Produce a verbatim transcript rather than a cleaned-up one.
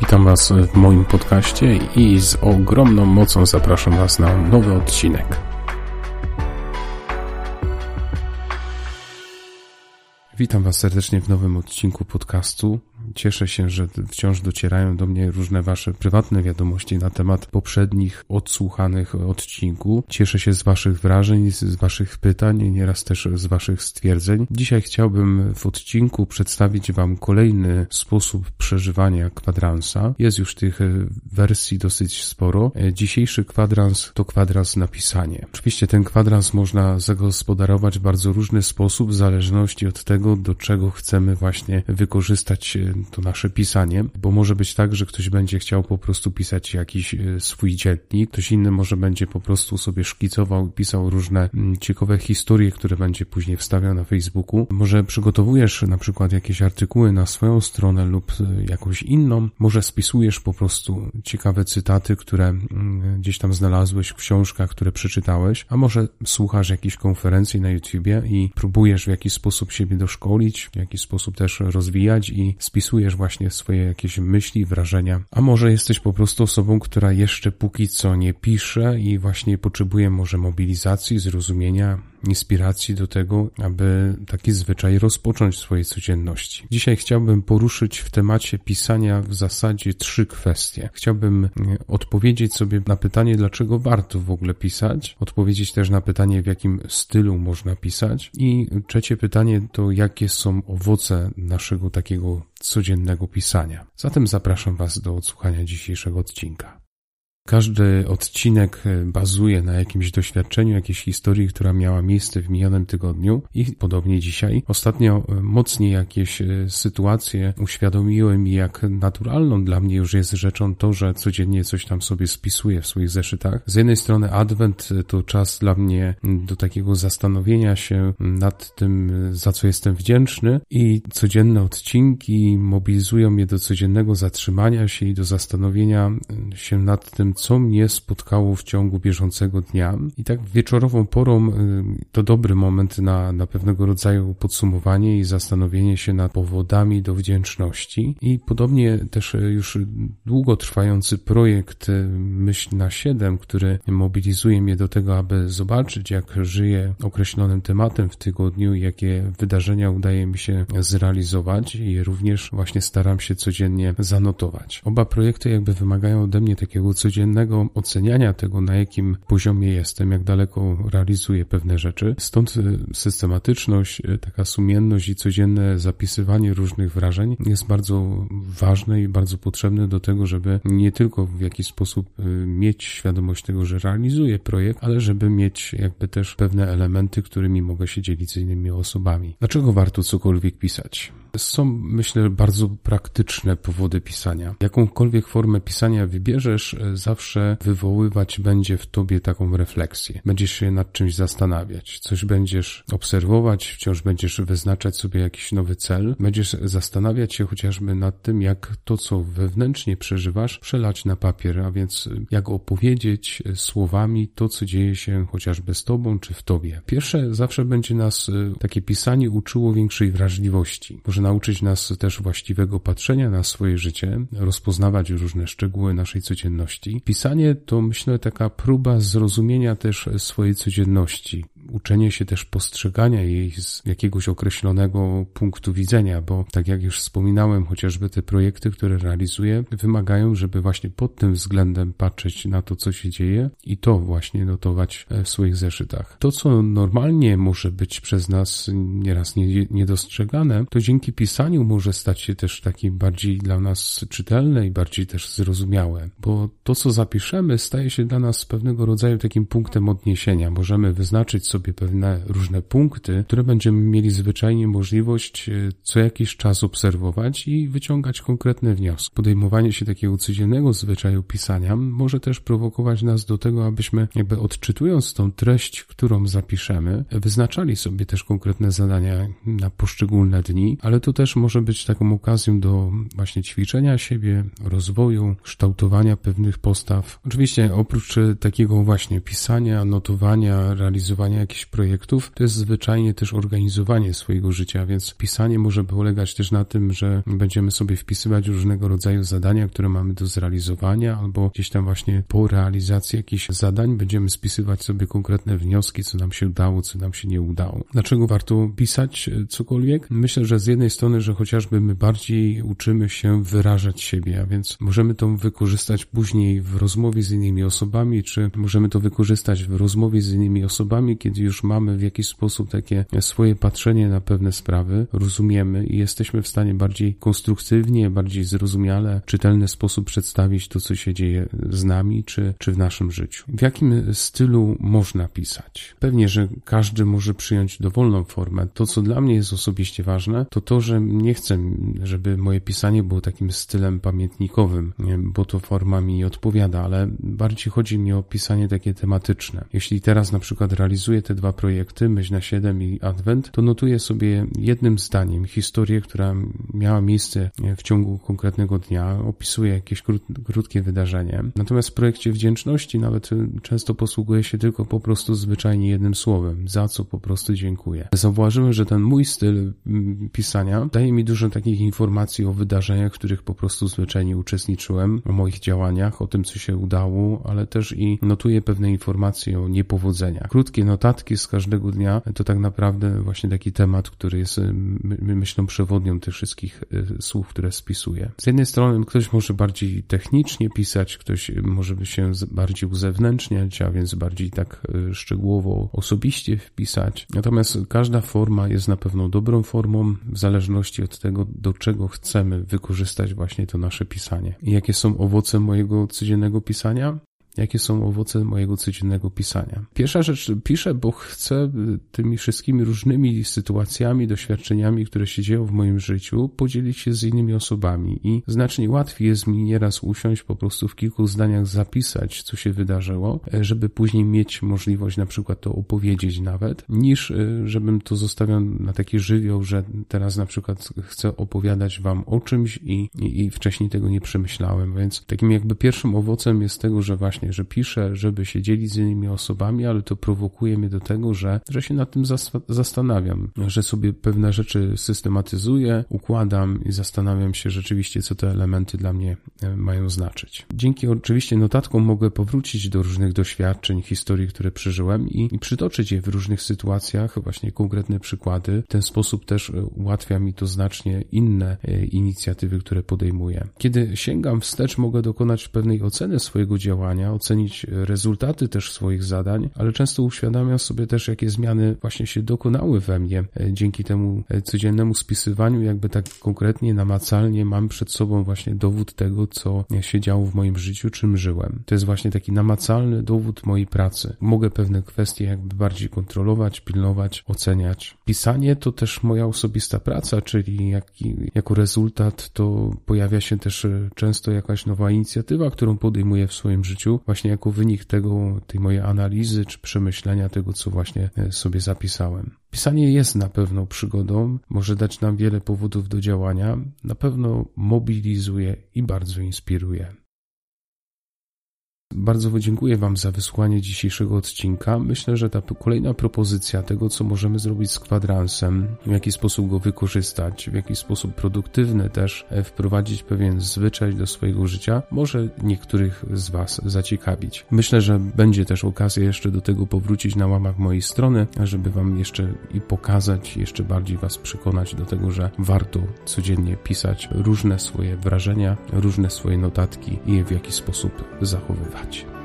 Witam Was w moim podcaście i z ogromną mocą zapraszam Was na nowy odcinek. Witam Was serdecznie w nowym odcinku podcastu. Cieszę się, że wciąż docierają do mnie różne Wasze prywatne wiadomości na temat poprzednich odsłuchanych odcinków. Cieszę się z Waszych wrażeń, z Waszych pytań i nieraz też z Waszych stwierdzeń. Dzisiaj chciałbym w odcinku przedstawić Wam kolejny sposób przeżywania kwadransa. Jest już tych wersji dosyć sporo. Dzisiejszy kwadrans to kwadrans na pisanie. Oczywiście ten kwadrans można zagospodarować w bardzo różny sposób w zależności od tego, do czego chcemy właśnie wykorzystać to nasze pisanie, bo może być tak, że ktoś będzie chciał po prostu pisać jakiś swój dziennik, ktoś inny może będzie po prostu sobie szkicował, pisał różne ciekawe historie, które będzie później wstawiał na Facebooku. Może przygotowujesz na przykład jakieś artykuły na swoją stronę lub jakąś inną, może spisujesz po prostu ciekawe cytaty, które gdzieś tam znalazłeś w książkach, które przeczytałeś, a może słuchasz jakiejś konferencji na YouTubie i próbujesz w jakiś sposób siebie doszkolić, w jakiś sposób też rozwijać i spisujesz właśnie swoje jakieś myśli, wrażenia. A może jesteś po prostu osobą, która jeszcze póki co nie pisze i właśnie potrzebuje może mobilizacji, zrozumienia, inspiracji do tego, aby taki zwyczaj rozpocząć w swojej codzienności. Dzisiaj chciałbym poruszyć w temacie pisania w zasadzie trzy kwestie. Chciałbym odpowiedzieć sobie na pytanie, dlaczego warto w ogóle pisać, odpowiedzieć też na pytanie, w jakim stylu można pisać i trzecie pytanie to, jakie są owoce naszego takiego codziennego pisania. Zatem zapraszam Was do odsłuchania dzisiejszego odcinka. Każdy odcinek bazuje na jakimś doświadczeniu, jakiejś historii, która miała miejsce w minionym tygodniu i podobnie dzisiaj. Ostatnio mocniej jakieś sytuacje uświadomiły mi, jak naturalną dla mnie już jest rzeczą to, że codziennie coś tam sobie spisuję w swoich zeszytach. Z jednej strony Adwent to czas dla mnie do takiego zastanowienia się nad tym, za co jestem wdzięczny i codzienne odcinki mobilizują mnie do codziennego zatrzymania się i do zastanowienia się nad tym, co mnie spotkało w ciągu bieżącego dnia. I tak wieczorową porą to dobry moment na, na pewnego rodzaju podsumowanie i zastanowienie się nad powodami do wdzięczności. I podobnie też już długotrwający projekt Myśl na siedem, który mobilizuje mnie do tego, aby zobaczyć, jak żyję określonym tematem w tygodniu, jakie wydarzenia udaje mi się zrealizować i również właśnie staram się codziennie zanotować. Oba projekty jakby wymagają ode mnie takiego codziennego oceniania tego, na jakim poziomie jestem, jak daleko realizuję pewne rzeczy. Stąd systematyczność, taka sumienność i codzienne zapisywanie różnych wrażeń jest bardzo ważne i bardzo potrzebne do tego, żeby nie tylko w jakiś sposób mieć świadomość tego, że realizuję projekt, ale żeby mieć jakby też pewne elementy, którymi mogę się dzielić z innymi osobami. Dlaczego warto cokolwiek pisać? Są, myślę, bardzo praktyczne powody pisania. Jakąkolwiek formę pisania wybierzesz, zawsze wywoływać będzie w tobie taką refleksję. Będziesz się nad czymś zastanawiać, coś będziesz obserwować, wciąż będziesz wyznaczać sobie jakiś nowy cel, będziesz zastanawiać się chociażby nad tym, jak to, co wewnętrznie przeżywasz, przelać na papier, a więc jak opowiedzieć słowami to, co dzieje się chociażby z tobą czy w tobie. Pierwsze zawsze będzie nas takie pisanie uczyło większej wrażliwości. Może nauczyć nas też właściwego patrzenia na swoje życie, rozpoznawać różne szczegóły naszej codzienności. Pisanie to, myślę, taka próba zrozumienia też swojej codzienności, uczenie się też postrzegania jej z jakiegoś określonego punktu widzenia, bo tak jak już wspominałem, chociażby te projekty, które realizuję, wymagają, żeby właśnie pod tym względem patrzeć na to, co się dzieje i to właśnie notować w swoich zeszytach. To, co normalnie może być przez nas nieraz niedostrzegane, to dzięki pisaniu może stać się też takie bardziej dla nas czytelne i bardziej też zrozumiałe, bo to, co zapiszemy, staje się dla nas pewnego rodzaju takim punktem odniesienia. Możemy wyznaczyć sobie pewne różne punkty, które będziemy mieli zwyczajnie możliwość co jakiś czas obserwować i wyciągać konkretne wnioski. Podejmowanie się takiego codziennego zwyczaju pisania może też prowokować nas do tego, abyśmy jakby odczytując tą treść, którą zapiszemy, wyznaczali sobie też konkretne zadania na poszczególne dni, ale to też może być taką okazją do właśnie ćwiczenia siebie, rozwoju, kształtowania pewnych postaw. Oczywiście oprócz takiego właśnie pisania, notowania, realizowania jakichś projektów, to jest zwyczajnie też organizowanie swojego życia, więc pisanie może polegać też na tym, że będziemy sobie wpisywać różnego rodzaju zadania, które mamy do zrealizowania, albo gdzieś tam właśnie po realizacji jakichś zadań będziemy spisywać sobie konkretne wnioski, co nam się udało, co nam się nie udało. Dlaczego warto pisać cokolwiek? Myślę, że z jednej strony, że chociażby my bardziej uczymy się wyrażać siebie, a więc możemy to wykorzystać później w rozmowie z innymi osobami, czy możemy to wykorzystać w rozmowie z innymi osobami, kiedy już mamy w jakiś sposób takie swoje patrzenie na pewne sprawy, rozumiemy i jesteśmy w stanie bardziej konstruktywnie, bardziej zrozumiale, czytelny sposób przedstawić to, co się dzieje z nami, czy, czy w naszym życiu. W jakim stylu można pisać? Pewnie, że każdy może przyjąć dowolną formę. To, co dla mnie jest osobiście ważne, to to, że nie chcę, żeby moje pisanie było takim stylem pamiętnikowym, bo to forma mi nie odpowiada, ale bardziej chodzi mi o pisanie takie tematyczne. Jeśli teraz na przykład realizuję te dwa projekty, Myśl na siedem i Adwent, to notuję sobie jednym zdaniem historię, która miała miejsce w ciągu konkretnego dnia, opisuję jakieś krót, krótkie wydarzenie. Natomiast w projekcie wdzięczności nawet często posługuję się tylko po prostu zwyczajnie jednym słowem, za co po prostu dziękuję. Zauważyłem, że ten mój styl pisania daje mi dużo takich informacji o wydarzeniach, w których po prostu zwyczajnie uczestniczyłem, o moich działaniach, o tym, co się udało, ale też i notuję pewne informacje o niepowodzeniach. Krótkie notatki z każdego dnia to tak naprawdę właśnie taki temat, który jest myślą przewodnią tych wszystkich słów, które spisuję. Z jednej strony ktoś może bardziej technicznie pisać, ktoś może się bardziej uzewnętrzniać, a więc bardziej tak szczegółowo, osobiście wpisać. Natomiast każda forma jest na pewno dobrą formą w zależności od tego, do czego chcemy wykorzystać właśnie to nasze pisanie. I jakie są owoce mojego codziennego pisania? Jakie są owoce mojego codziennego pisania? Pierwsza rzecz, piszę, bo chcę tymi wszystkimi różnymi sytuacjami, doświadczeniami, które się dzieją w moim życiu, podzielić się z innymi osobami i znacznie łatwiej jest mi nieraz usiąść, po prostu w kilku zdaniach zapisać, co się wydarzyło, żeby później mieć możliwość na przykład to opowiedzieć nawet, niż żebym to zostawiał na taki żywioł, że teraz na przykład chcę opowiadać wam o czymś i, i, i wcześniej tego nie przemyślałem, więc takim jakby pierwszym owocem jest tego, że właśnie że piszę, żeby się dzielić z innymi osobami, ale to prowokuje mnie do tego, że, że się nad tym zas- zastanawiam, że sobie pewne rzeczy systematyzuję, układam i zastanawiam się rzeczywiście, co te elementy dla mnie mają znaczyć. Dzięki oczywiście notatkom mogę powrócić do różnych doświadczeń, historii, które przeżyłem i, i przytoczyć je w różnych sytuacjach, właśnie konkretne przykłady. W ten sposób też ułatwia mi to znacznie inne inicjatywy, które podejmuję. Kiedy sięgam wstecz, mogę dokonać pewnej oceny swojego działania, ocenić rezultaty też swoich zadań, ale często uświadamiam sobie też, jakie zmiany właśnie się dokonały we mnie. Dzięki temu codziennemu spisywaniu, jakby tak konkretnie, namacalnie mam przed sobą właśnie dowód tego, co się działo w moim życiu, czym żyłem. To jest właśnie taki namacalny dowód mojej pracy. Mogę pewne kwestie jakby bardziej kontrolować, pilnować, oceniać. Pisanie to też moja osobista praca, czyli jak, jako rezultat to pojawia się też często jakaś nowa inicjatywa, którą podejmuję w swoim życiu, właśnie jako wynik tego, tej mojej analizy czy przemyślenia tego, co właśnie sobie zapisałem. Pisanie jest na pewno przygodą, może dać nam wiele powodów do działania, na pewno mobilizuje i bardzo inspiruje. Bardzo dziękuję Wam za wysłuchanie dzisiejszego odcinka. Myślę, że ta kolejna propozycja tego, co możemy zrobić z kwadransem, w jaki sposób go wykorzystać, w jaki sposób produktywny też wprowadzić pewien zwyczaj do swojego życia, może niektórych z Was zaciekawić. Myślę, że będzie też okazja jeszcze do tego powrócić na łamach mojej strony, żeby Wam jeszcze i pokazać, jeszcze bardziej Was przekonać do tego, że warto codziennie pisać różne swoje wrażenia, różne swoje notatki i je w jakiś sposób zachowywać.